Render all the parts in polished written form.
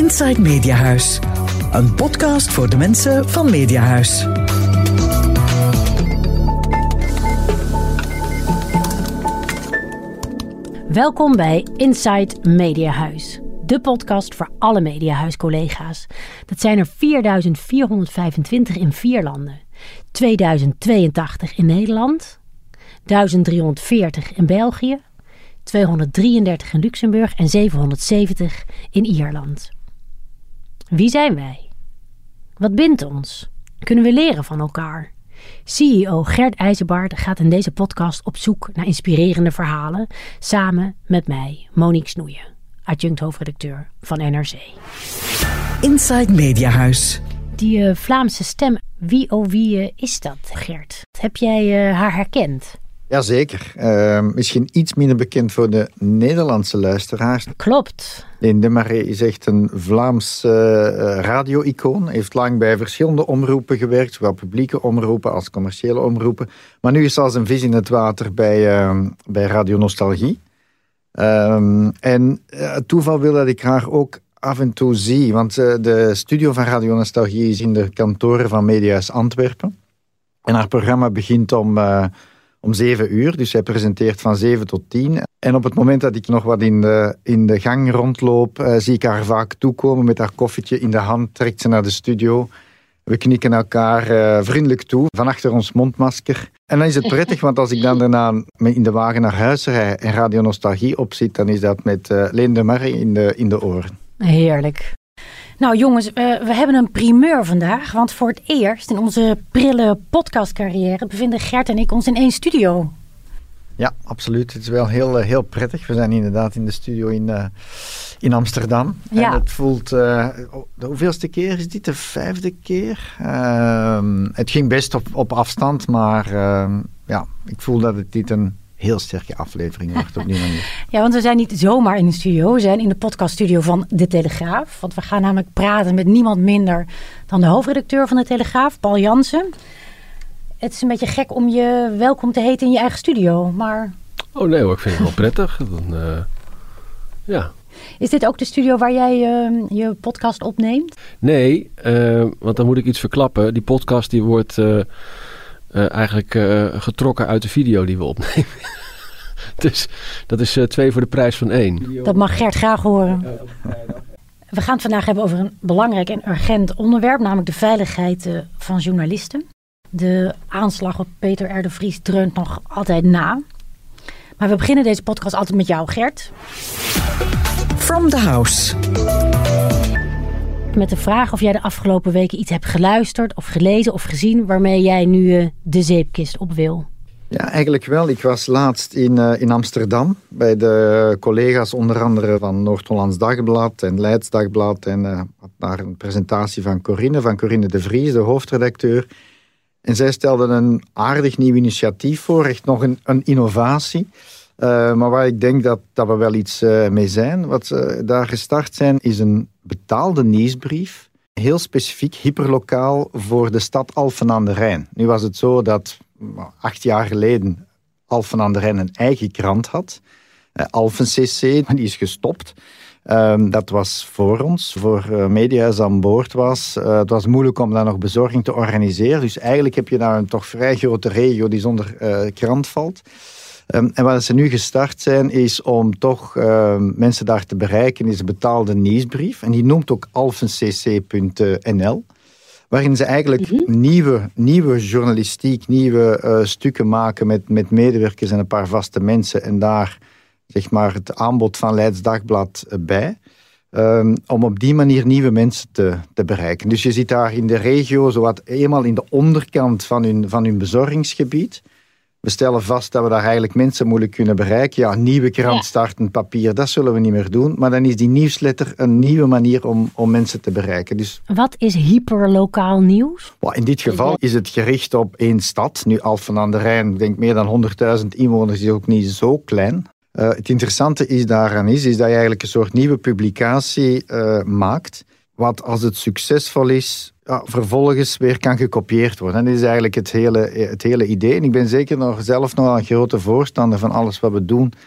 Inside Mediahuis. Een podcast voor de mensen van Mediahuis. Welkom bij Inside Mediahuis. De podcast voor alle Mediahuis-collega's. Dat zijn er 4.425 in 4 landen. 2082 in Nederland. 1340 in België. 233 in Luxemburg en 770 in Ierland. Wie zijn wij? Wat bindt ons? Kunnen we leren van elkaar? CEO Gert IJzerbaard gaat in deze podcast op zoek naar inspirerende verhalen, samen met mij, Monique Snoeien, adjunct hoofdredacteur van NRC. Inside Mediahuis. Die Vlaamse stem, wie is dat, Gert? Heb jij haar herkend? Jazeker. Misschien iets minder bekend voor de Nederlandse luisteraars. Klopt. Leen de Marais is echt een Vlaams radio-icoon. Heeft lang bij verschillende omroepen gewerkt, zowel publieke omroepen als commerciële omroepen. Maar nu is ze als een vis in het water bij Radio Nostalgie. Het toeval wil dat ik haar ook af en toe zie, want de studio van Radio Nostalgie is in de kantoren van Mediahuis Antwerpen. En haar programma begint om 7 uur, dus zij presenteert van 7 tot 10. En op het moment dat ik nog wat in de gang rondloop, zie ik haar vaak toekomen met haar koffietje in de hand, trekt ze naar de studio. We knikken elkaar vriendelijk toe, van achter ons mondmasker. En dan is het prettig, want als ik dan daarna in de wagen naar huis rij en Radio Nostalgie opzit, dan is dat met Leen de Marais in de oren. Heerlijk. Nou jongens, we hebben een primeur vandaag, want voor het eerst in onze prille podcastcarrière bevinden Gert en ik ons in één studio. Ja, absoluut. Het is wel heel prettig. We zijn inderdaad in de studio in Amsterdam. Ja. En het voelt... de hoeveelste keer is dit? De 5e keer? Het ging best op afstand, maar ik voel dat dit een heel sterke aflevering wordt op die manier. Ja, want we zijn niet zomaar in de studio. We zijn in de podcaststudio van De Telegraaf. Want we gaan namelijk praten met niemand minder dan de hoofdredacteur van De Telegraaf, Paul Jansen. Het is een beetje gek om je welkom te heten in je eigen studio, maar... Oh nee hoor, ik vind het wel prettig. Ja. Is dit ook de studio waar jij je podcast opneemt? Nee, want dan moet ik iets verklappen. Die podcast die wordt eigenlijk getrokken uit de video die we opnemen. Dus dat is 2 voor de prijs van 1. Dat mag Gert graag horen. We gaan het vandaag hebben over een belangrijk en urgent onderwerp, namelijk de veiligheid van journalisten. De aanslag op Peter R. de Vries dreunt nog altijd na. Maar we beginnen deze podcast altijd met jou, Gert. From the house. Met de vraag of jij de afgelopen weken iets hebt geluisterd of gelezen of gezien waarmee jij nu de zeepkist op wil. Ja, eigenlijk wel. Ik was laatst in Amsterdam bij de collega's onder andere van Noord-Hollands Dagblad en Leids Dagblad en had daar een presentatie van Corinne de Vries, de hoofdredacteur. En zij stelden een aardig nieuw initiatief voor, echt nog een innovatie. Maar waar ik denk dat we wel iets mee zijn. Wat ze daar gestart zijn, is een betaalde nieuwsbrief. Heel specifiek, hyperlokaal voor de stad Alphen aan de Rijn. Nu was het zo dat 8 jaar geleden Alphen aan de Rijn een eigen krant had. Alphen CC, maar die is gestopt. Dat was voor ons, voor Mediahuis aan boord was. Het was moeilijk om daar nog bezorging te organiseren. Dus eigenlijk heb je daar een toch vrij grote regio die zonder krant valt. En wat ze nu gestart zijn, is om toch mensen daar te bereiken, is een betaalde nieuwsbrief. En die noemt ook alphencc.nl. Waarin ze eigenlijk nieuwe journalistiek, nieuwe stukken maken met medewerkers en een paar vaste mensen. En daar zeg maar het aanbod van Leids Dagblad bij. Om op die manier nieuwe mensen te bereiken. Dus je zit daar in de regio, zowat eenmaal in de onderkant van hun bezorgingsgebied. We stellen vast dat we daar eigenlijk mensen moeilijk kunnen bereiken. Ja, nieuwe krant starten, papier, dat zullen we niet meer doen. Maar dan is die nieuwsletter een nieuwe manier om mensen te bereiken. Dus, wat is hyperlokaal nieuws? In dit geval is het gericht op 1 stad. Nu Alphen aan de Rijn, ik denk meer dan 100.000 inwoners, is ook niet zo klein. Het interessante is daaraan is dat je eigenlijk een soort nieuwe publicatie maakt. Wat als het succesvol is, vervolgens weer kan gekopieerd worden. En dat is eigenlijk het hele idee. En ik ben zeker zelf nog een grote voorstander van alles wat we doen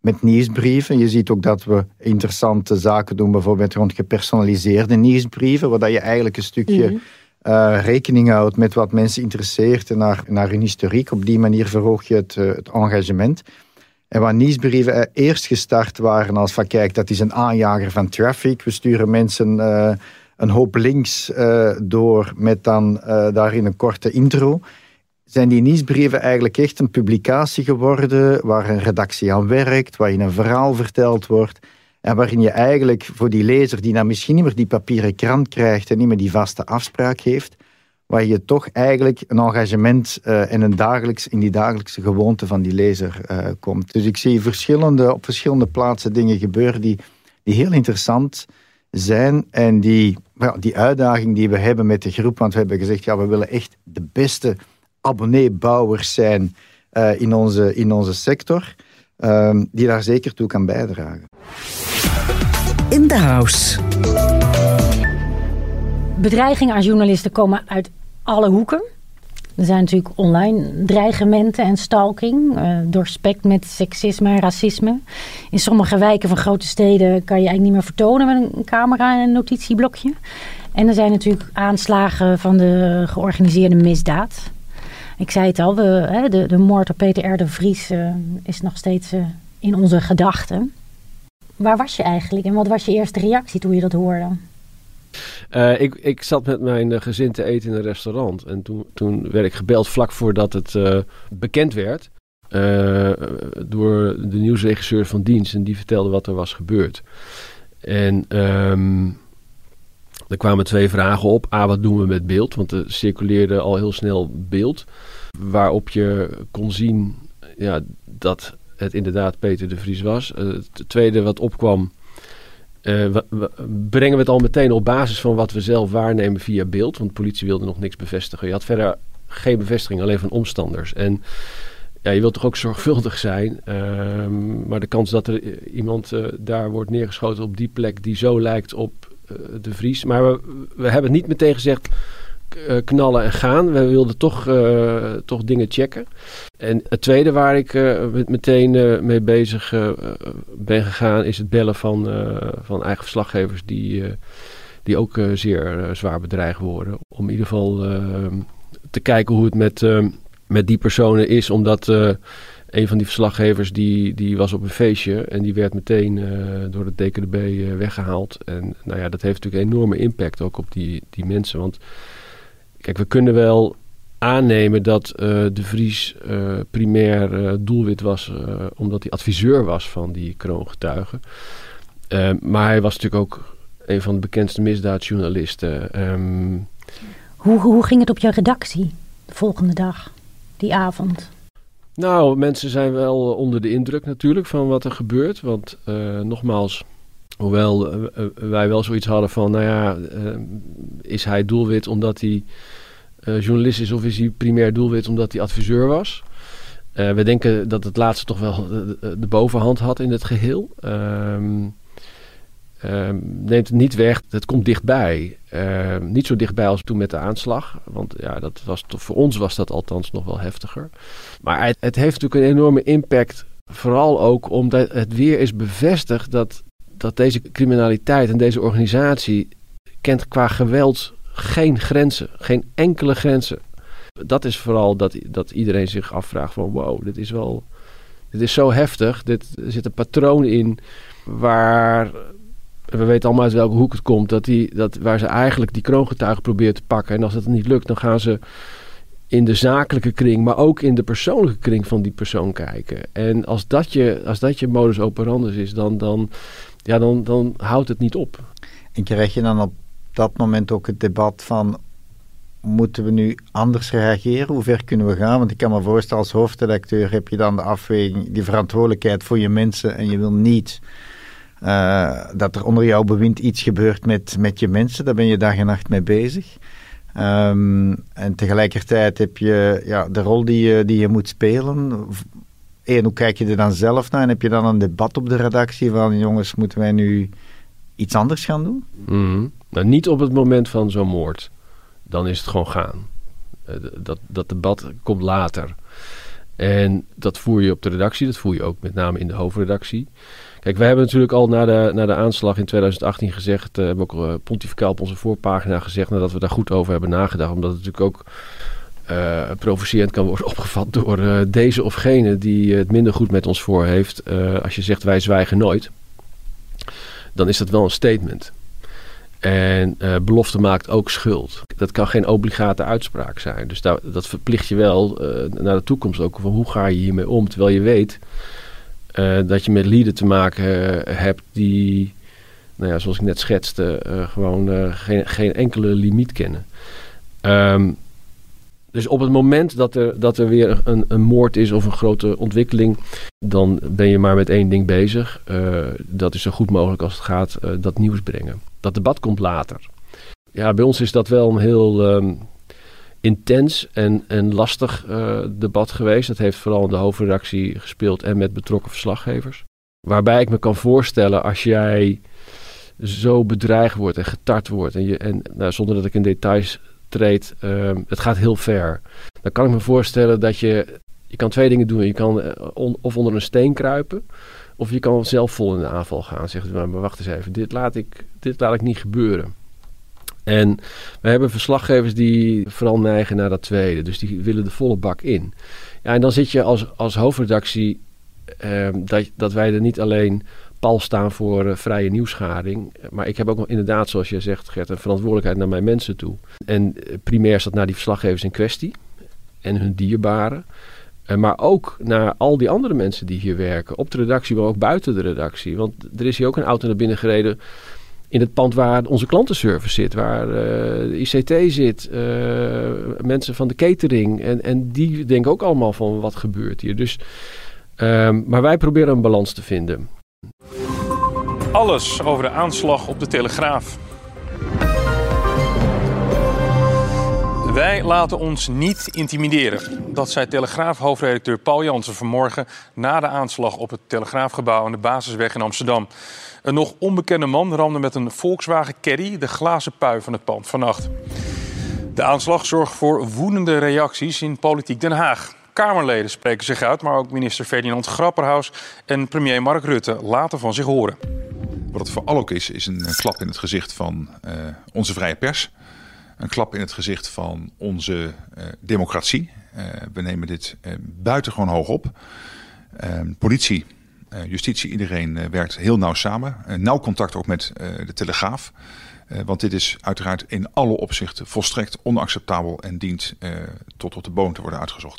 met nieuwsbrieven. Je ziet ook dat we interessante zaken doen, bijvoorbeeld rond gepersonaliseerde nieuwsbrieven, waar je eigenlijk een stukje rekening houdt met wat mensen interesseert en naar hun historiek. Op die manier verhoog je het engagement. En waar nieuwsbrieven eerst gestart waren als van kijk, dat is een aanjager van traffic. We sturen mensen een hoop links door met dan daarin een korte intro. Zijn die nieuwsbrieven eigenlijk echt een publicatie geworden waar een redactie aan werkt, waarin een verhaal verteld wordt en waarin je eigenlijk voor die lezer die dan misschien niet meer die papieren krant krijgt en niet meer die vaste afspraak heeft, waar je toch eigenlijk een engagement en in die dagelijkse gewoonte van die lezer komt. Dus ik zie op verschillende plaatsen dingen gebeuren die heel interessant zijn en die uitdaging die we hebben met de groep, want we hebben gezegd, we willen echt de beste abonneebouwers zijn in onze sector, die daar zeker toe kan bijdragen. In the House. Bedreigingen aan journalisten komen uit alle hoeken. Er zijn natuurlijk online dreigementen en stalking, doorspekt met seksisme en racisme. In sommige wijken van grote steden kan je eigenlijk niet meer vertonen met een camera en een notitieblokje. En er zijn natuurlijk aanslagen van de georganiseerde misdaad. Ik zei het al, de moord op Peter R. de Vries is nog steeds in onze gedachten. Waar was je eigenlijk en wat was je eerste reactie toen je dat hoorde? Ik zat met mijn gezin te eten in een restaurant. En toen werd ik gebeld vlak voordat het bekend werd. Door de nieuwsregisseur van dienst. En die vertelde wat er was gebeurd. En er kwamen 2 vragen op. A, wat doen we met beeld? Want er circuleerde al heel snel beeld. Waarop je kon zien dat het inderdaad Peter de Vries was. Het tweede wat opkwam. Brengen we het al meteen op basis van wat we zelf waarnemen via beeld. Want de politie wilde nog niks bevestigen. Je had verder geen bevestiging, alleen van omstanders. En je wilt toch ook zorgvuldig zijn. Maar de kans dat er iemand daar wordt neergeschoten op die plek die zo lijkt op de Vries. Maar we hebben niet meteen gezegd knallen en gaan. We wilden toch dingen checken. En het tweede waar ik meteen mee bezig ben gegaan is het bellen van eigen verslaggevers die ook zeer zwaar bedreigd worden. Om in ieder geval te kijken hoe het met die personen is. Omdat een van die verslaggevers die was op een feestje en die werd meteen door het DKDB weggehaald. En dat heeft natuurlijk een enorme impact ook op die mensen. Want kijk, we kunnen wel aannemen dat de Vries primair doelwit was omdat hij adviseur was van die kroongetuigen. Maar hij was natuurlijk ook een van de bekendste misdaadjournalisten. Hoe ging het op jouw redactie de volgende dag, die avond? Nou, mensen zijn wel onder de indruk natuurlijk van wat er gebeurt. Want nogmaals, hoewel wij wel zoiets hadden van, is hij doelwit omdat hij journalist is of is hij primair doelwit omdat hij adviseur was? We denken dat het laatste toch wel de bovenhand had in het geheel. Neemt het niet weg, het komt dichtbij. Niet zo dichtbij als toen met de aanslag. Want dat was voor ons was dat althans nog wel heftiger. Maar het heeft natuurlijk een enorme impact. Vooral ook omdat het weer is bevestigd dat deze criminaliteit en deze organisatie kent qua geweld geen grenzen. Geen enkele grenzen. Dat is vooral dat iedereen zich afvraagt van wow, dit is zo heftig. Er zit een patroon in waar we weten allemaal uit welke hoek het komt. Waar ze eigenlijk die kroongetuigen proberen te pakken. En als dat niet lukt, dan gaan ze in de zakelijke kring, maar ook in de persoonlijke kring van die persoon kijken. En als dat je modus operandi is, dan houdt het niet op. En krijg je dan op dat moment ook het debat van, moeten we nu anders reageren? Hoe ver kunnen we gaan? Want ik kan me voorstellen, als hoofdredacteur heb je dan de afweging, die verantwoordelijkheid voor je mensen en je wil niet dat er onder jouw bewind iets gebeurt met je mensen. Daar ben je dag en nacht mee bezig. En tegelijkertijd heb je de rol die je moet spelen. Hoe kijk je er dan zelf naar? En heb je dan een debat op de redactie van, jongens, moeten wij nu iets anders gaan doen? Mm-hmm. Nou, niet op het moment van zo'n moord. Dan is het gewoon gaan. Dat debat komt later. En dat voer je op de redactie, dat voer je ook met name in de hoofdredactie. Kijk, wij hebben natuurlijk al na de aanslag in 2018 gezegd, hebben ook pontificaal op onze voorpagina gezegd, nadat we daar goed over hebben nagedacht, omdat het natuurlijk ook provocerend kan worden opgevat door deze of gene die het minder goed met ons voor heeft. Als je zegt wij zwijgen nooit, dan is dat wel een statement. En belofte maakt ook schuld. Dat kan geen obligate uitspraak zijn. Dus dat verplicht je wel naar de toekomst ook. Van hoe ga je hiermee om? Terwijl je weet dat je met lieden te maken hebt die, nou ja, zoals ik net schetste, gewoon geen enkele limiet kennen. Dus op het moment dat er weer een moord is of een grote ontwikkeling, dan ben je maar met één ding bezig. Dat is zo goed mogelijk als het gaat dat nieuws brengen. Dat debat komt later. Ja, bij ons is dat wel een heel intens en lastig debat geweest. Dat heeft vooral in de hoofdredactie gespeeld en met betrokken verslaggevers. Waarbij ik me kan voorstellen als jij zo bedreigd wordt en getart wordt en zonder dat ik in details treed, het gaat heel ver. Dan kan ik me voorstellen dat je kan twee dingen doen. Je kan of onder een steen kruipen, of je kan zelf vol in de aanval gaan. Zeggen, maar wacht eens even, dit laat ik niet gebeuren. En we hebben verslaggevers die vooral neigen naar dat tweede. Dus die willen de volle bak in. Ja, en dan zit je als hoofdredactie dat wij er niet alleen pal staan voor vrije nieuwsgaring. Maar ik heb ook nog inderdaad, zoals je zegt, Gert, een verantwoordelijkheid naar mijn mensen toe. En primair is dat naar die verslaggevers in kwestie en hun dierbaren. Maar ook naar al die andere mensen die hier werken. Op de redactie, maar ook buiten de redactie. Want er is hier ook een auto naar binnen gereden in het pand waar onze klantenservice zit. Waar de ICT zit. Mensen van de catering. En die denken ook allemaal van wat gebeurt hier. Dus, maar wij proberen een balans te vinden. Alles over de aanslag op de Telegraaf. Wij laten ons niet intimideren. Dat zei Telegraaf-hoofdredacteur Paul Jansen vanmorgen na de aanslag op het Telegraafgebouw aan de Basisweg in Amsterdam. Een nog onbekende man ramde met een Volkswagen Caddy de glazen pui van het pand vannacht. De aanslag zorgt voor woedende reacties in politiek Den Haag. Kamerleden spreken zich uit, maar ook minister Ferdinand Grapperhaus en premier Mark Rutte laten van zich horen. Wat het vooral ook is een klap in het gezicht van onze vrije pers. Een klap in het gezicht van onze democratie. We nemen dit buitengewoon hoog op. Politie, justitie, iedereen werkt heel nauw samen. Nauw contact ook met de Telegraaf. Want dit is uiteraard in alle opzichten volstrekt onacceptabel en dient tot op de bodem te worden uitgezocht.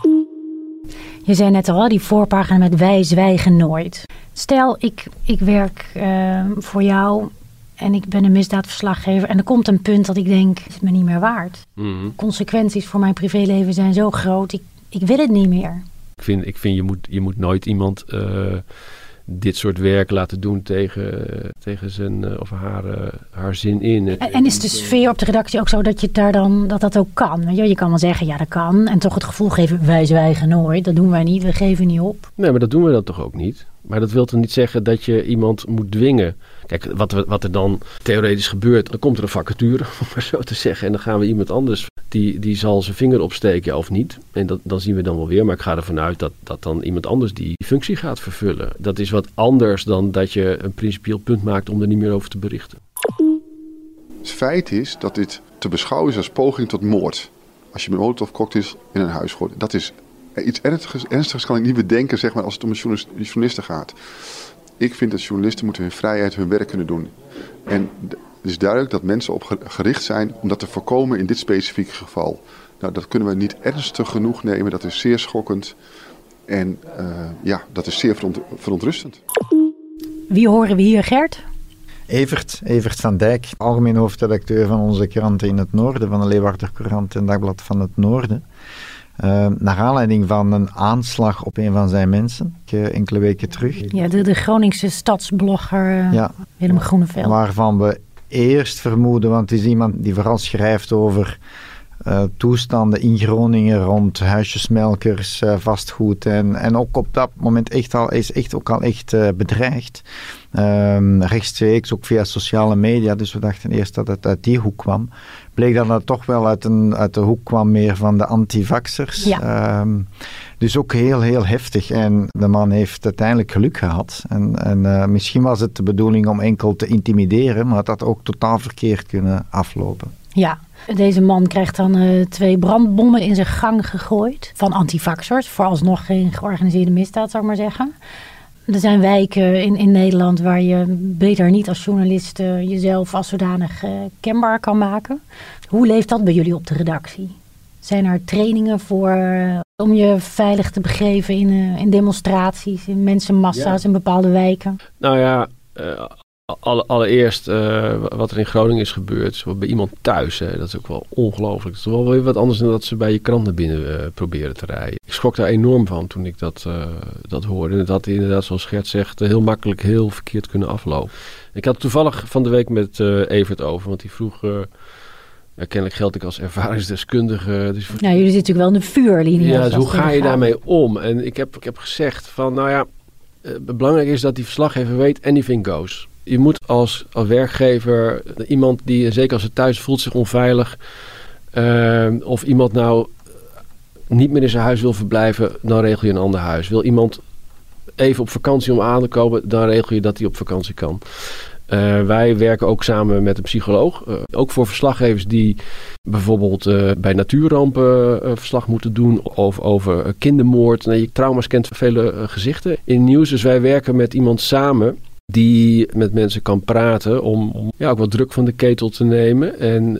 Je zei net al, die voorpagina met wij zwijgen nooit. Stel, ik werk voor jou en ik ben een misdaadverslaggever en er komt een punt dat ik denk, het is me niet meer waard. Mm-hmm. Consequenties voor mijn privéleven zijn zo groot, ik wil het niet meer. Ik vind je moet nooit iemand dit soort werk laten doen tegen zijn of haar zin in. En is de sfeer op de redactie ook zo dat je daar dan dat ook kan? Je kan wel zeggen, ja dat kan. En toch het gevoel geven, wij zwijgen nooit. Dat doen wij niet, we geven niet op. Nee, maar dat doen we dan toch ook niet? Maar dat wil toch niet zeggen dat je iemand moet dwingen. Kijk, wat er dan theoretisch gebeurt, dan komt er een vacature, om maar zo te zeggen. En dan gaan we iemand anders, die zal zijn vinger opsteken, ja, of niet. En dan zien we dan wel weer. Maar ik ga ervan uit dat dan iemand anders die functie gaat vervullen. Dat is wat anders dan dat je een principieel punt maakt om er niet meer over te berichten. Het feit is dat dit te beschouwen is als poging tot moord. Als je met molotovcocktails in een huis gooit. Dat is iets ernstigs kan ik niet bedenken, zeg maar, als het om journalisten gaat. Ik vind dat journalisten moeten hun vrijheid, hun werk kunnen doen. En het is duidelijk dat mensen op gericht zijn om dat te voorkomen in dit specifieke geval. Nou, dat kunnen we niet ernstig genoeg nemen. Dat is zeer schokkend. En dat is zeer verontrustend. Wie horen we hier, Gert? Evert van Dijk, algemeen hoofdredacteur van onze kranten in het noorden, van de Leeuwarder Courant en Dagblad van het Noorden. Naar aanleiding van een aanslag op een van zijn mensen, enkele weken terug. Ja, de Groningse stadsblogger Willem Groeneveld. Waarvan we eerst vermoeden, want het is iemand die vooral schrijft over toestanden in Groningen rond huisjesmelkers, vastgoed. En ook op dat moment is ook al echt bedreigd. Rechtstreeks, ook via sociale media. Dus we dachten eerst dat het uit die hoek kwam. Bleek dat het toch wel uit de hoek kwam meer van de antivaxers. Ja. Dus ook heel, heel heftig. En de man heeft uiteindelijk geluk gehad. En misschien was het de bedoeling om enkel te intimideren, maar dat had ook totaal verkeerd kunnen aflopen. Ja, deze man krijgt dan 2 brandbommen in zijn gang gegooid van antivaxers. Vooralsnog geen georganiseerde misdaad, zou ik maar zeggen. Er zijn wijken in Nederland waar je beter niet als journalist jezelf als zodanig kenbaar kan maken. Hoe leeft dat bij jullie op de redactie? Zijn er trainingen voor om je veilig te begeven in demonstraties, in mensenmassa's in bepaalde wijken? Nou ja, allereerst wat er in Groningen is gebeurd, bij iemand thuis, hè, dat is ook wel ongelooflijk. Het is wel weer wat anders dan dat ze bij je krant naar binnen proberen te rijden. Ik schrok daar enorm van toen ik dat hoorde. En het had inderdaad, zoals Gert zegt, heel makkelijk heel verkeerd kunnen aflopen. Ik had het toevallig van de week met Evert over, want die vroeg... kennelijk geld ik als ervaringsdeskundige. Dus jullie zitten natuurlijk wel in de vuurlinie. Ja, dus hoe ga je daarmee om? En ik heb gezegd van, belangrijk is dat die verslaggever weet, anything goes. Je moet als werkgever, iemand die, zeker als het thuis voelt zich onveilig, of iemand nou niet meer in zijn huis wil verblijven, dan regel je een ander huis. Wil iemand even op vakantie om aan te komen, dan regel je dat hij op vakantie kan. Wij werken ook samen met een psycholoog. Ook voor verslaggevers die bijvoorbeeld bij natuurrampen verslag moeten doen. Of over kindermoord. Trauma's kent vele gezichten in nieuws. Dus wij werken met iemand samen die met mensen kan praten om ook wat druk van de ketel te nemen. En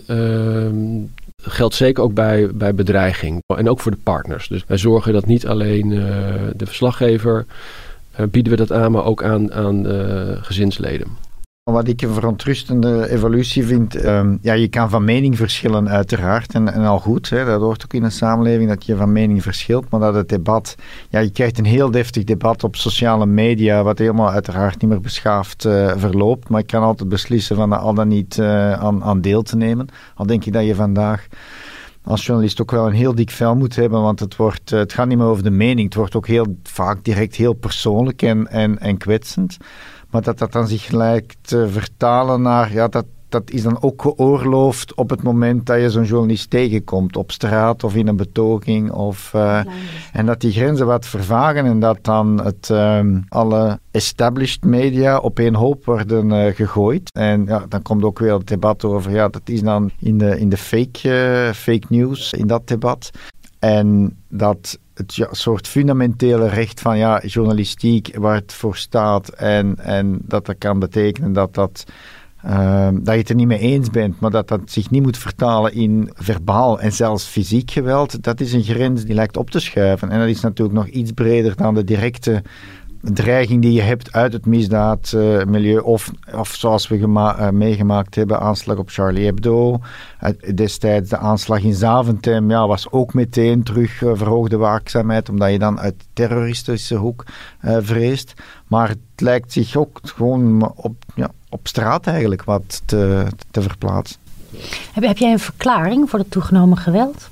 dat geldt zeker ook bij bedreiging. En ook voor de partners. Dus wij zorgen dat niet alleen de verslaggever bieden we dat aan, maar ook aan gezinsleden. Wat ik een verontrustende evolutie vind, je kan van mening verschillen uiteraard en al goed, hè, dat hoort ook in een samenleving dat je van mening verschilt, maar dat het debat, je krijgt een heel deftig debat op sociale media, wat helemaal uiteraard niet meer beschaafd verloopt, maar ik kan altijd beslissen van al dan niet aan deel te nemen. Al denk ik dat je vandaag als journalist ook wel een heel dik vel moet hebben, want het gaat niet meer over de mening, het wordt ook heel vaak direct heel persoonlijk en kwetsend. Maar dat dan zich lijkt te vertalen naar, dat is dan ook geoorloofd op het moment dat je zo'n journalist tegenkomt op straat of in een betoging. En dat die grenzen wat vervagen en dat dan alle established media op één hoop worden gegooid. En dan komt ook weer het debat over, dat is dan in de fake news in dat debat. En dat het soort fundamentele recht van journalistiek waar het voor staat en dat kan betekenen dat je het er niet mee eens bent, maar dat zich niet moet vertalen in verbaal en zelfs fysiek geweld, dat is een grens die lijkt op te schuiven. En dat is natuurlijk nog iets breder dan de directe dreiging die je hebt uit het misdaadmilieu of zoals we meegemaakt hebben, aanslag op Charlie Hebdo. Destijds de aanslag in Zaventem was ook meteen terug verhoogde waakzaamheid, omdat je dan uit terroristische hoek vreest. Maar het lijkt zich ook gewoon op straat eigenlijk wat te verplaatsen. Heb jij een verklaring voor het toegenomen geweld?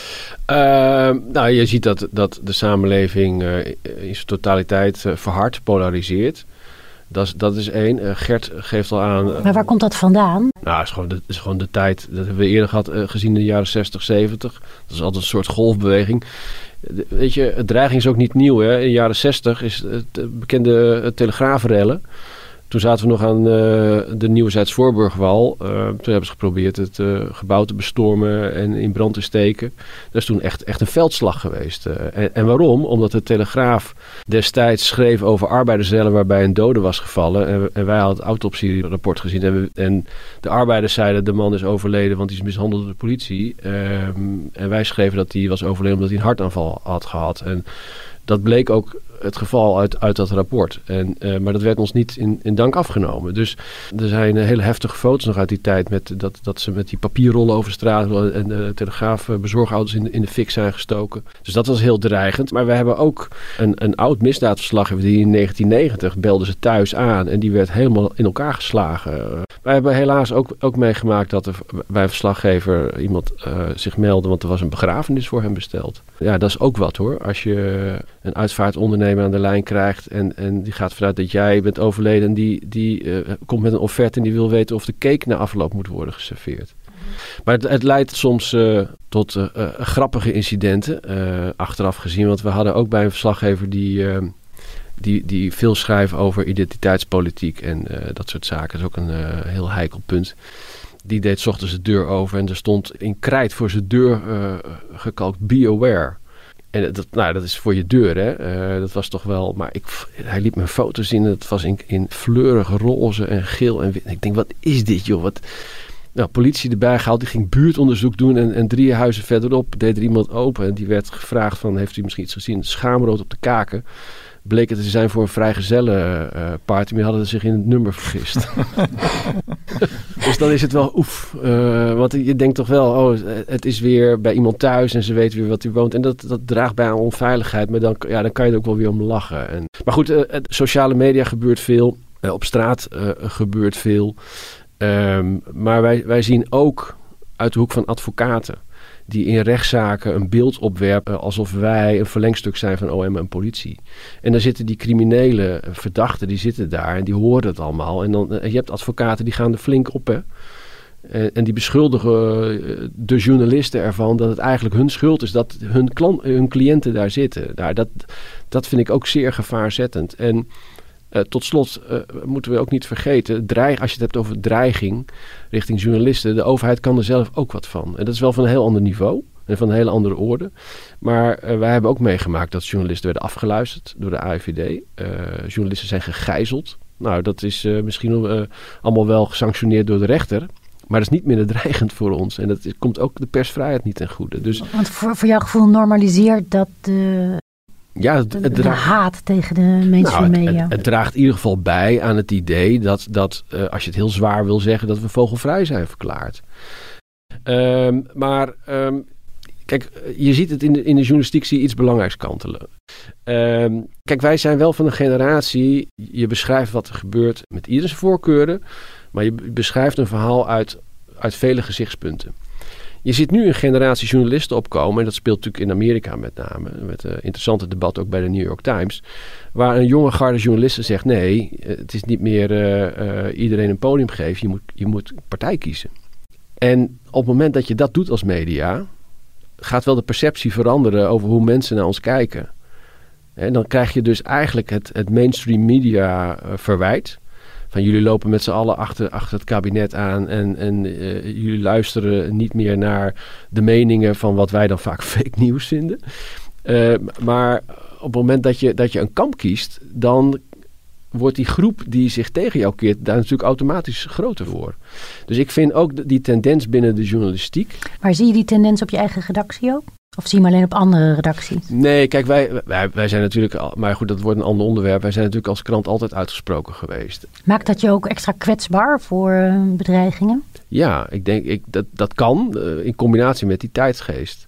Je ziet dat de samenleving in zijn totaliteit verhardt, polariseert. Dat is één. Gert geeft al aan... Maar waar komt dat vandaan? Nou, het is gewoon de tijd. Dat hebben we eerder gezien in de jaren 60, 70. Dat is altijd een soort golfbeweging. Weet je, het dreiging is ook niet nieuw. Hè? In de jaren 60 is het bekende telegraafrellen. Toen zaten we nog aan de Nieuwezijds-Voorburgwal. Toen hebben ze geprobeerd het gebouw te bestormen en in brand te steken. Dat is toen echt een veldslag geweest. En waarom? Omdat de Telegraaf destijds schreef over arbeidersrellen waarbij een dode was gevallen. En wij hadden het autopsierapport gezien. En de arbeiders zeiden de man is overleden want hij is mishandeld door de politie. En wij schreven dat hij was overleden omdat hij een hartaanval had gehad. En dat bleek ook het geval uit dat rapport. Maar dat werd ons niet in dank afgenomen. Dus er zijn hele heftige foto's nog uit die tijd dat ze met die papierrollen over straat en de Telegraaf bezorgauto's in de fik zijn gestoken. Dus dat was heel dreigend. Maar we hebben ook een oud misdaadverslaggever die in 1990 belde ze thuis aan en die werd helemaal in elkaar geslagen. Wij hebben helaas ook meegemaakt dat er bij een verslaggever iemand zich meldde, want er was een begrafenis voor hem besteld. Ja, dat is ook wat hoor. Als je een uitvaartondernemer aan de lijn krijgt en die gaat vanuit dat jij bent overleden en die komt met een offerte en die wil weten of de cake na afloop moet worden geserveerd. Maar het leidt soms tot grappige incidenten, achteraf gezien. Want we hadden ook bij een verslaggever die veel schrijft over identiteitspolitiek en dat soort zaken. Dat is ook een heel heikel punt. Die deed 's ochtends de deur over en er stond in krijt voor zijn deur gekalkt be aware. En dat is voor je deur, hè. Dat was toch wel... Maar hij liet me foto's zien en het was in fleurige roze en geel en wit. En ik denk, wat is dit, joh? Politie erbij gehaald, die ging buurtonderzoek doen en 3 huizen verderop deed er iemand open. En die werd gevraagd van, heeft u misschien iets gezien? Schaamrood op de kaken. Bleek het te zijn voor een vrijgezellenparty, maar hadden zich in het nummer vergist. Dus dan is het wel want je denkt toch wel, het is weer bij iemand thuis en ze weten weer wat u woont. En dat draagt bij aan onveiligheid, maar dan kan je er ook wel weer om lachen. Maar goed, sociale media gebeurt veel, op straat gebeurt veel. Maar wij zien ook uit de hoek van advocaten die in rechtszaken een beeld opwerpen alsof wij een verlengstuk zijn van OM en politie. En dan zitten die criminele verdachten, die zitten daar en die horen het allemaal. En je hebt advocaten die gaan er flink op, hè. En die beschuldigen de journalisten ervan dat het eigenlijk hun schuld is dat hun cliënten daar zitten. Nou, dat vind ik ook zeer gevaarzettend. En tot slot moeten we ook niet vergeten, als je het hebt over dreiging richting journalisten, de overheid kan er zelf ook wat van. En dat is wel van een heel ander niveau en van een hele andere orde. Maar wij hebben ook meegemaakt dat journalisten werden afgeluisterd door de AIVD. Journalisten zijn gegijzeld. Nou, dat is misschien allemaal wel gesanctioneerd door de rechter. Maar dat is niet minder dreigend voor ons. En dat komt ook de persvrijheid niet ten goede. Dus, want voor jouw gevoel normaliseert dat de haat tegen de mainstream media. Het draagt in ieder geval bij aan het idee dat als je het heel zwaar wil zeggen, dat we vogelvrij zijn verklaard. Kijk, je ziet het in de journalistiek, zie je iets belangrijks kantelen. Kijk, wij zijn wel van een generatie, je beschrijft wat er gebeurt met ieders voorkeuren, maar je beschrijft een verhaal uit vele gezichtspunten. Je ziet nu een generatie journalisten opkomen, en dat speelt natuurlijk in Amerika met name, met een interessante debat ook bij de New York Times, waar een jonge garde journalisten zegt, nee, het is niet meer iedereen een podium geven, je moet partij kiezen. En op het moment dat je dat doet als media, gaat wel de perceptie veranderen over hoe mensen naar ons kijken. En dan krijg je dus eigenlijk het mainstream media verwijt. Van jullie lopen met z'n allen achter het kabinet aan en jullie luisteren niet meer naar de meningen van wat wij dan vaak fake nieuws vinden. Maar op het moment dat je een kamp kiest, dan wordt die groep die zich tegen jou keert daar natuurlijk automatisch groter voor. Dus ik vind ook die tendens binnen de journalistiek. Maar zie je die tendens op je eigen redactie ook? Of zie je hem alleen op andere redacties? Nee, kijk, wij zijn natuurlijk, maar goed, dat wordt een ander onderwerp. Wij zijn natuurlijk als krant altijd uitgesproken geweest. Maakt dat je ook extra kwetsbaar voor bedreigingen? Ja, ik denk dat kan in combinatie met die tijdsgeest.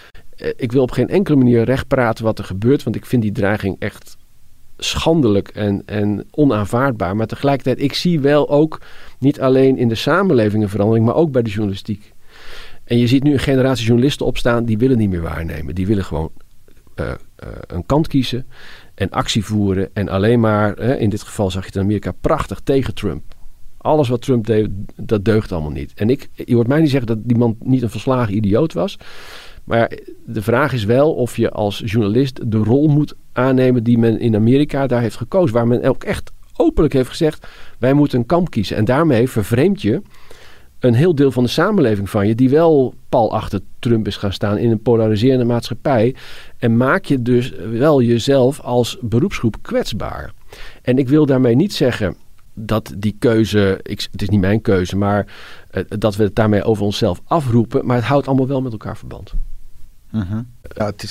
Ik wil op geen enkele manier recht praten wat er gebeurt, want ik vind die dreiging echt schandelijk en onaanvaardbaar. Maar tegelijkertijd, ik zie wel ook niet alleen in de samenleving een verandering, maar ook bij de journalistiek. En je ziet nu een generatie journalisten opstaan, die willen niet meer waarnemen. Die willen gewoon een kant kiezen en actie voeren. En alleen maar, in dit geval zag je het in Amerika, prachtig tegen Trump. Alles wat Trump deed, dat deugt allemaal niet. En je hoort mij niet zeggen dat die man niet een volslagen idioot was. Maar de vraag is wel of je als journalist de rol moet aannemen die men in Amerika daar heeft gekozen. Waar men ook echt openlijk heeft gezegd, wij moeten een kamp kiezen. En daarmee vervreemd je een heel deel van de samenleving van je, die wel pal achter Trump is gaan staan in een polariserende maatschappij. En maak je dus wel jezelf als beroepsgroep kwetsbaar. En ik wil daarmee niet zeggen dat die keuze, het is niet mijn keuze, maar dat we het daarmee over onszelf afroepen. Maar het houdt allemaal wel met elkaar verband. Uh-huh. Ja, het is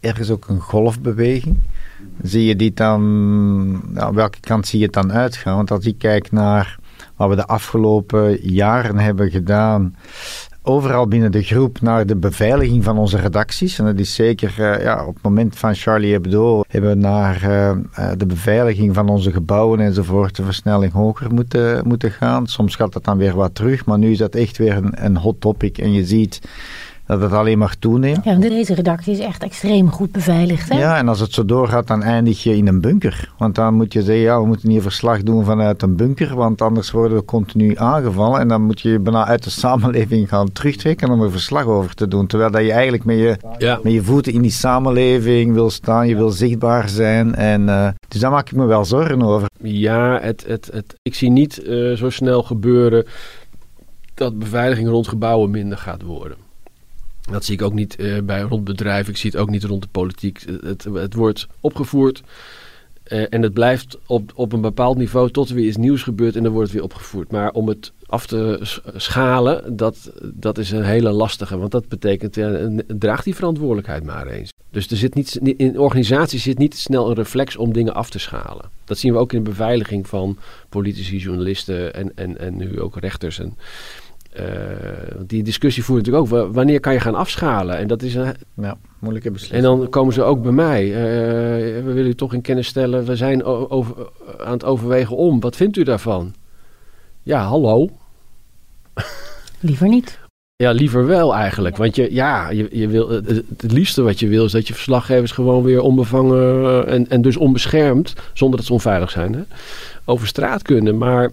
ergens ook een golfbeweging. Zie je die dan, welke kant zie je het dan uitgaan? Want als ik kijk naar wat we de afgelopen jaren hebben gedaan, overal binnen de groep, naar de beveiliging van onze redacties. En dat is zeker, op het moment van Charlie Hebdo hebben we naar de beveiliging van onze gebouwen enzovoort de versnelling hoger moeten gaan. Soms gaat dat dan weer wat terug, maar nu is dat echt weer een hot topic. En je ziet dat het alleen maar toeneemt. Ja, deze redactie is echt extreem goed beveiligd, hè? Ja, en als het zo doorgaat, dan eindig je in een bunker. Want dan moet je zeggen, we moeten hier verslag doen vanuit een bunker, want anders worden we continu aangevallen. En dan moet je bijna uit de samenleving gaan terugtrekken om er verslag over te doen. Terwijl dat je eigenlijk met je voeten in die samenleving wil staan, je wil zichtbaar zijn. Dus daar maak ik me wel zorgen over. Ja, ik zie niet zo snel gebeuren dat beveiliging rond gebouwen minder gaat worden. Dat zie ik ook niet rond bedrijven. Ik zie het ook niet rond de politiek. Het wordt opgevoerd en het blijft op een bepaald niveau tot er weer iets nieuws gebeurt en dan wordt het weer opgevoerd. Maar om het af te schalen, dat is een hele lastige. Want dat betekent, draag die verantwoordelijkheid maar eens. Dus er zit niet, in organisaties zit niet snel een reflex om dingen af te schalen. Dat zien we ook in de beveiliging van politici, journalisten en nu ook rechters. Die discussie voert natuurlijk ook. Wanneer kan je gaan afschalen? En dat is een moeilijke beslissing. En dan komen ze ook bij mij. We willen u toch in kennis stellen. We zijn aan het overwegen om. Wat vindt u daarvan? Ja, hallo. Liever niet. Ja, liever wel eigenlijk. Want je wil, het liefste wat je wil is dat je verslaggevers gewoon weer onbevangen en dus onbeschermd, zonder dat ze onveilig zijn, hè, over straat kunnen. Maar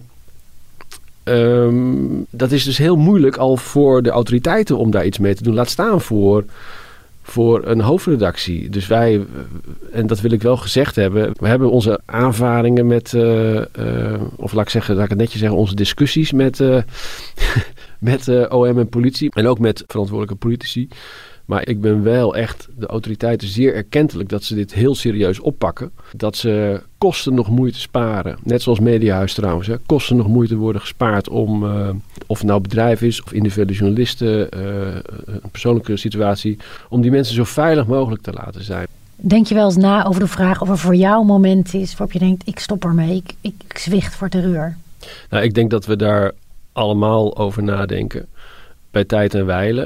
dat is dus heel moeilijk al voor de autoriteiten om daar iets mee te doen. Laat staan voor een hoofdredactie. Dus wij, en dat wil ik wel gezegd hebben, we hebben onze aanvaringen met, of laat ik het netjes zeggen, onze discussies met OM en politie en ook met verantwoordelijke politici. Maar ik ben wel echt de autoriteiten zeer erkentelijk dat ze dit heel serieus oppakken. Dat ze kosten nog moeite sparen. Net zoals Mediahuis trouwens. Hè, kosten nog moeite worden gespaard om, of het nou bedrijf is of individuele journalisten, een persoonlijke situatie, om die mensen zo veilig mogelijk te laten zijn. Denk je wel eens na over de vraag of er voor jou een moment is waarop je denkt, ik stop ermee, ik zwicht voor terreur? Nou, ik denk dat we daar allemaal over nadenken. Bij tijd en wijle.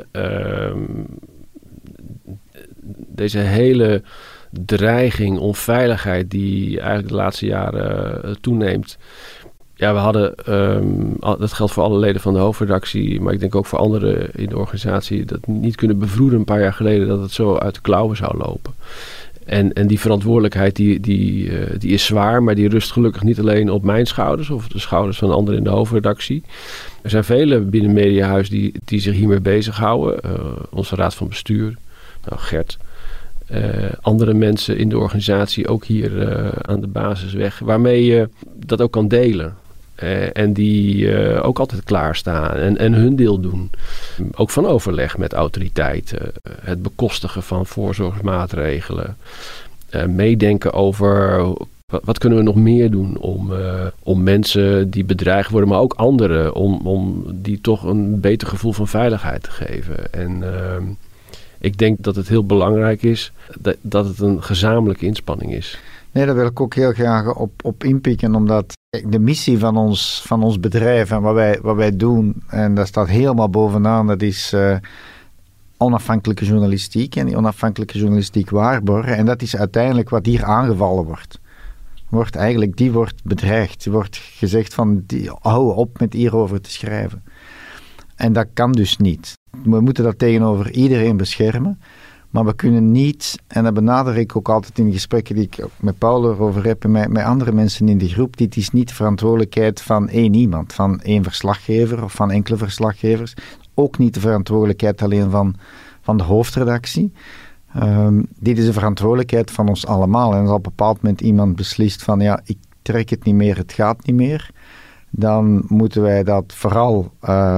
Deze hele dreiging, onveiligheid die eigenlijk de laatste jaren toeneemt. Ja, we hadden, dat geldt voor alle leden van de hoofdredactie, maar ik denk ook voor anderen in de organisatie, dat niet kunnen bevroeden een paar jaar geleden dat het zo uit de klauwen zou lopen. En die verantwoordelijkheid die is zwaar, maar die rust gelukkig niet alleen op mijn schouders of de schouders van anderen in de hoofdredactie. Er zijn velen binnen Mediahuis die zich hiermee bezighouden. Onze raad van bestuur, Gert, andere mensen in de organisatie ook hier aan de basisweg, waarmee je dat ook kan delen. En die ook altijd klaarstaan en hun deel doen. Ook van overleg met autoriteiten. Het bekostigen van voorzorgsmaatregelen. Meedenken over wat kunnen we nog meer doen om mensen die bedreigd worden, maar ook anderen, om die toch een beter gevoel van veiligheid te geven. En ik denk dat het heel belangrijk is dat het een gezamenlijke inspanning is. Nee, daar wil ik ook heel graag op inpikken, omdat de missie van ons bedrijf en wat wij doen, en dat staat helemaal bovenaan, dat is onafhankelijke journalistiek en die onafhankelijke journalistiek waarborgen. En dat is uiteindelijk wat hier aangevallen wordt. Die wordt bedreigd. Er wordt gezegd van, hou op met hierover te schrijven. En dat kan dus niet. We moeten dat tegenover iedereen beschermen. Maar we kunnen niet, en dat benader ik ook altijd in de gesprekken die ik met Paul erover heb en met andere mensen in de groep, dit is niet de verantwoordelijkheid van één iemand, van één verslaggever of van enkele verslaggevers. Ook niet de verantwoordelijkheid alleen van de hoofdredactie. Dit is de verantwoordelijkheid van ons allemaal. En als op een bepaald moment iemand beslist van, ik trek het niet meer, het gaat niet meer, dan moeten wij dat vooral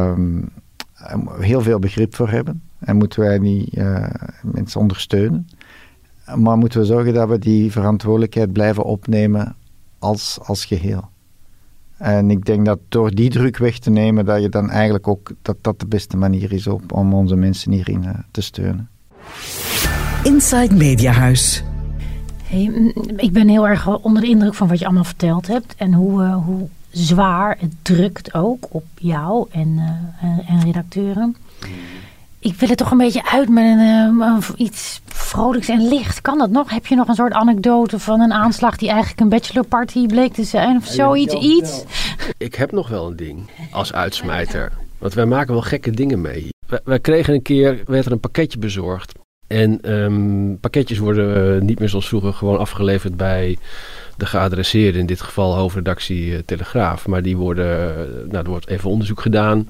heel veel begrip voor hebben. En moeten wij die mensen ondersteunen. Maar moeten we zorgen dat we die verantwoordelijkheid blijven opnemen als geheel. En ik denk dat door die druk weg te nemen, dat je dan eigenlijk ook dat de beste manier is om onze mensen hierin te steunen. Inside Mediahuis. Hey, ik ben heel erg onder de indruk van wat je allemaal verteld hebt. En hoe zwaar het drukt ook op jou en redacteuren. Ik wil het toch een beetje uit met iets vrolijks en licht. Kan dat nog? Heb je nog een soort anekdote van een aanslag die eigenlijk een bachelorparty bleek te zijn? Of zoiets? Iets? Ik heb nog wel een ding als uitsmijter. Want wij maken wel gekke dingen mee. Wij kregen werd er een pakketje bezorgd. En pakketjes worden niet meer zoals vroeger gewoon afgeleverd bij de geadresseerde. In dit geval hoofdredactie Telegraaf. Maar die er wordt even onderzoek gedaan.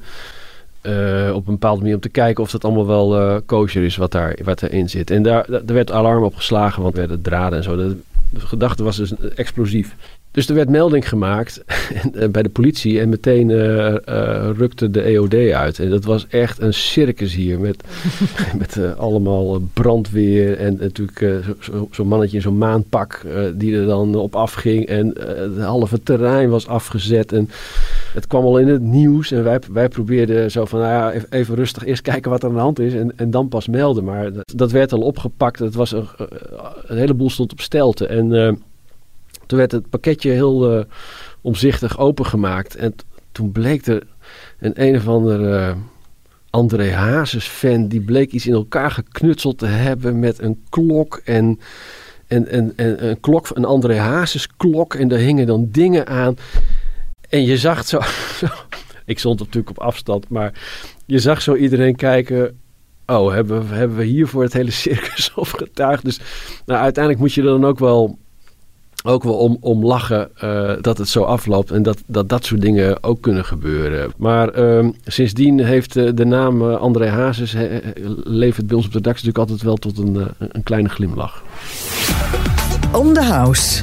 Op een bepaalde manier om te kijken of dat allemaal wel kosher is wat erin zit. En daar werd alarm op geslagen, want er werden draden en zo. De gedachte was dus explosief. Dus er werd melding gemaakt bij de politie en meteen rukte de EOD uit. En dat was echt een circus hier met allemaal brandweer en natuurlijk zo'n mannetje in zo'n maanpak die er dan op afging. En het halve terrein was afgezet en het kwam al in het nieuws. En wij probeerden zo van even rustig eerst kijken wat er aan de hand is en dan pas melden. Maar dat werd al opgepakt. Het was een heleboel stond op stelten en... Toen werd het pakketje heel omzichtig opengemaakt. En toen bleek er een of andere André Hazes fan... die bleek iets in elkaar geknutseld te hebben met een klok en een klok, een André Hazes klok. En daar hingen dan dingen aan. En je zag zo ik stond natuurlijk op afstand, maar je zag zo iedereen kijken... Oh, hebben we hiervoor het hele circus opgetuigd? Dus uiteindelijk moet je er dan ook wel om lachen dat het zo afloopt en dat soort dingen ook kunnen gebeuren. Maar sindsdien heeft de naam André Hazes levert bij ons op de redactie natuurlijk altijd wel tot een kleine glimlach. On the House.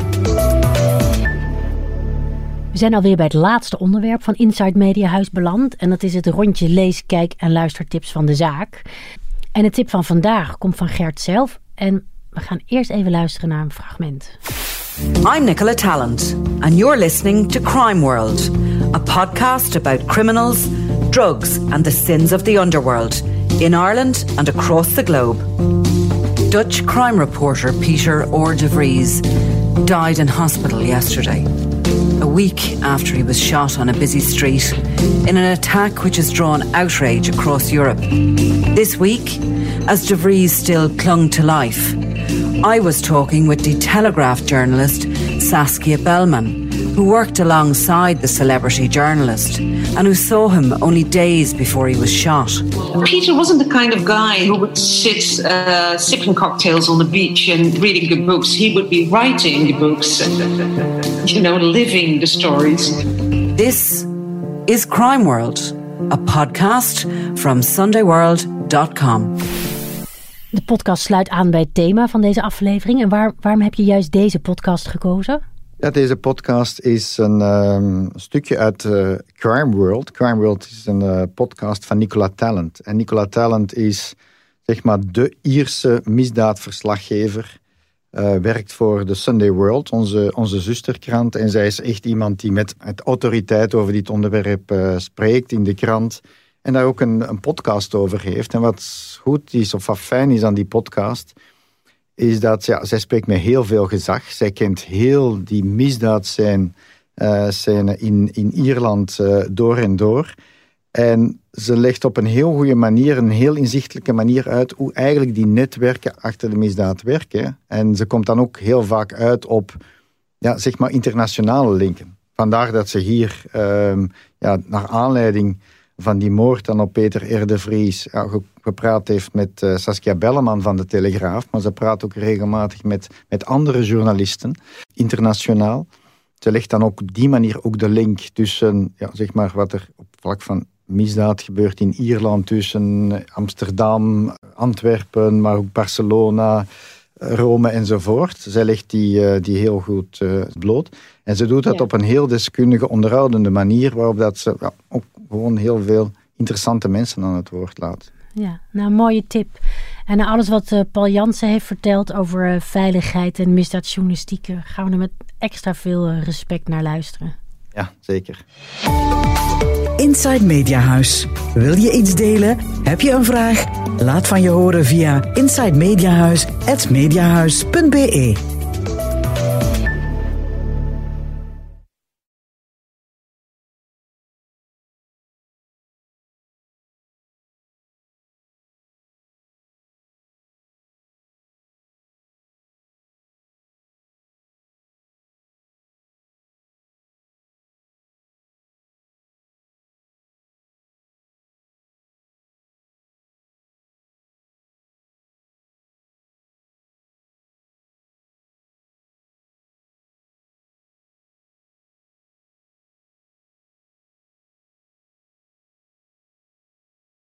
We zijn alweer bij het laatste onderwerp van Inside Mediahuis beland. En dat is het rondje lees, kijk en luistertips van de zaak. En de tip van vandaag komt van Gert zelf. En we gaan eerst even luisteren naar een fragment. I'm Nicola Tallant, and you're listening to Crime World, a podcast about criminals, drugs, and the sins of the underworld in Ireland and across the globe. Dutch crime reporter Peter Oor de Vries died in hospital yesterday, a week after he was shot on a busy street in an attack which has drawn outrage across Europe. This week, as de Vries still clung to life, I was talking with the Telegraph journalist Saskia Bellman, who worked alongside the celebrity journalist and who saw him only days before he was shot. Peter wasn't the kind of guy who would sit sipping cocktails on the beach and reading good books. He would be writing the books, living the stories. This is Crime World, a podcast from SundayWorld.com. De podcast sluit aan bij het thema van deze aflevering. En waarom heb je juist deze podcast gekozen? Ja, deze podcast is een stukje uit Crime World. Crime World is een podcast van Nicola Tallant. En Nicola Tallant is zeg maar de Ierse misdaadverslaggever. Werkt voor de Sunday World, onze zusterkrant. En zij is echt iemand die met autoriteit over dit onderwerp spreekt in de krant. En daar ook een podcast over heeft. En wat goed is, of wat fijn is aan die podcast, is dat zij spreekt met heel veel gezag. Zij kent heel die misdaadscène in Ierland door en door. En ze legt op een heel goede manier, een heel inzichtelijke manier uit hoe eigenlijk die netwerken achter de misdaad werken. En ze komt dan ook heel vaak uit op zeg maar internationale linken. Vandaar dat ze hier naar aanleiding van die moord dan op Peter R. de Vries gepraat heeft met Saskia Belleman van de Telegraaf. Maar ze praat ook regelmatig met andere journalisten, internationaal. Ze legt dan ook op die manier ook de link tussen zeg maar wat er op vlak van misdaad gebeurt in Ierland, tussen Amsterdam, Antwerpen, maar ook Barcelona, Rome enzovoort. Zij legt die heel goed bloot. En ze doet dat op een heel deskundige, onderhoudende manier, waarop dat ze ook gewoon heel veel interessante mensen aan het woord laat. Ja, een mooie tip. En na alles wat Paul Jansen heeft verteld over veiligheid en misdaadjournalistiek, gaan we er met extra veel respect naar luisteren. Ja, zeker. Inside Mediahuis. Wil je iets delen? Heb je een vraag? Laat van je horen via insidemediahuis@mediahuis.be.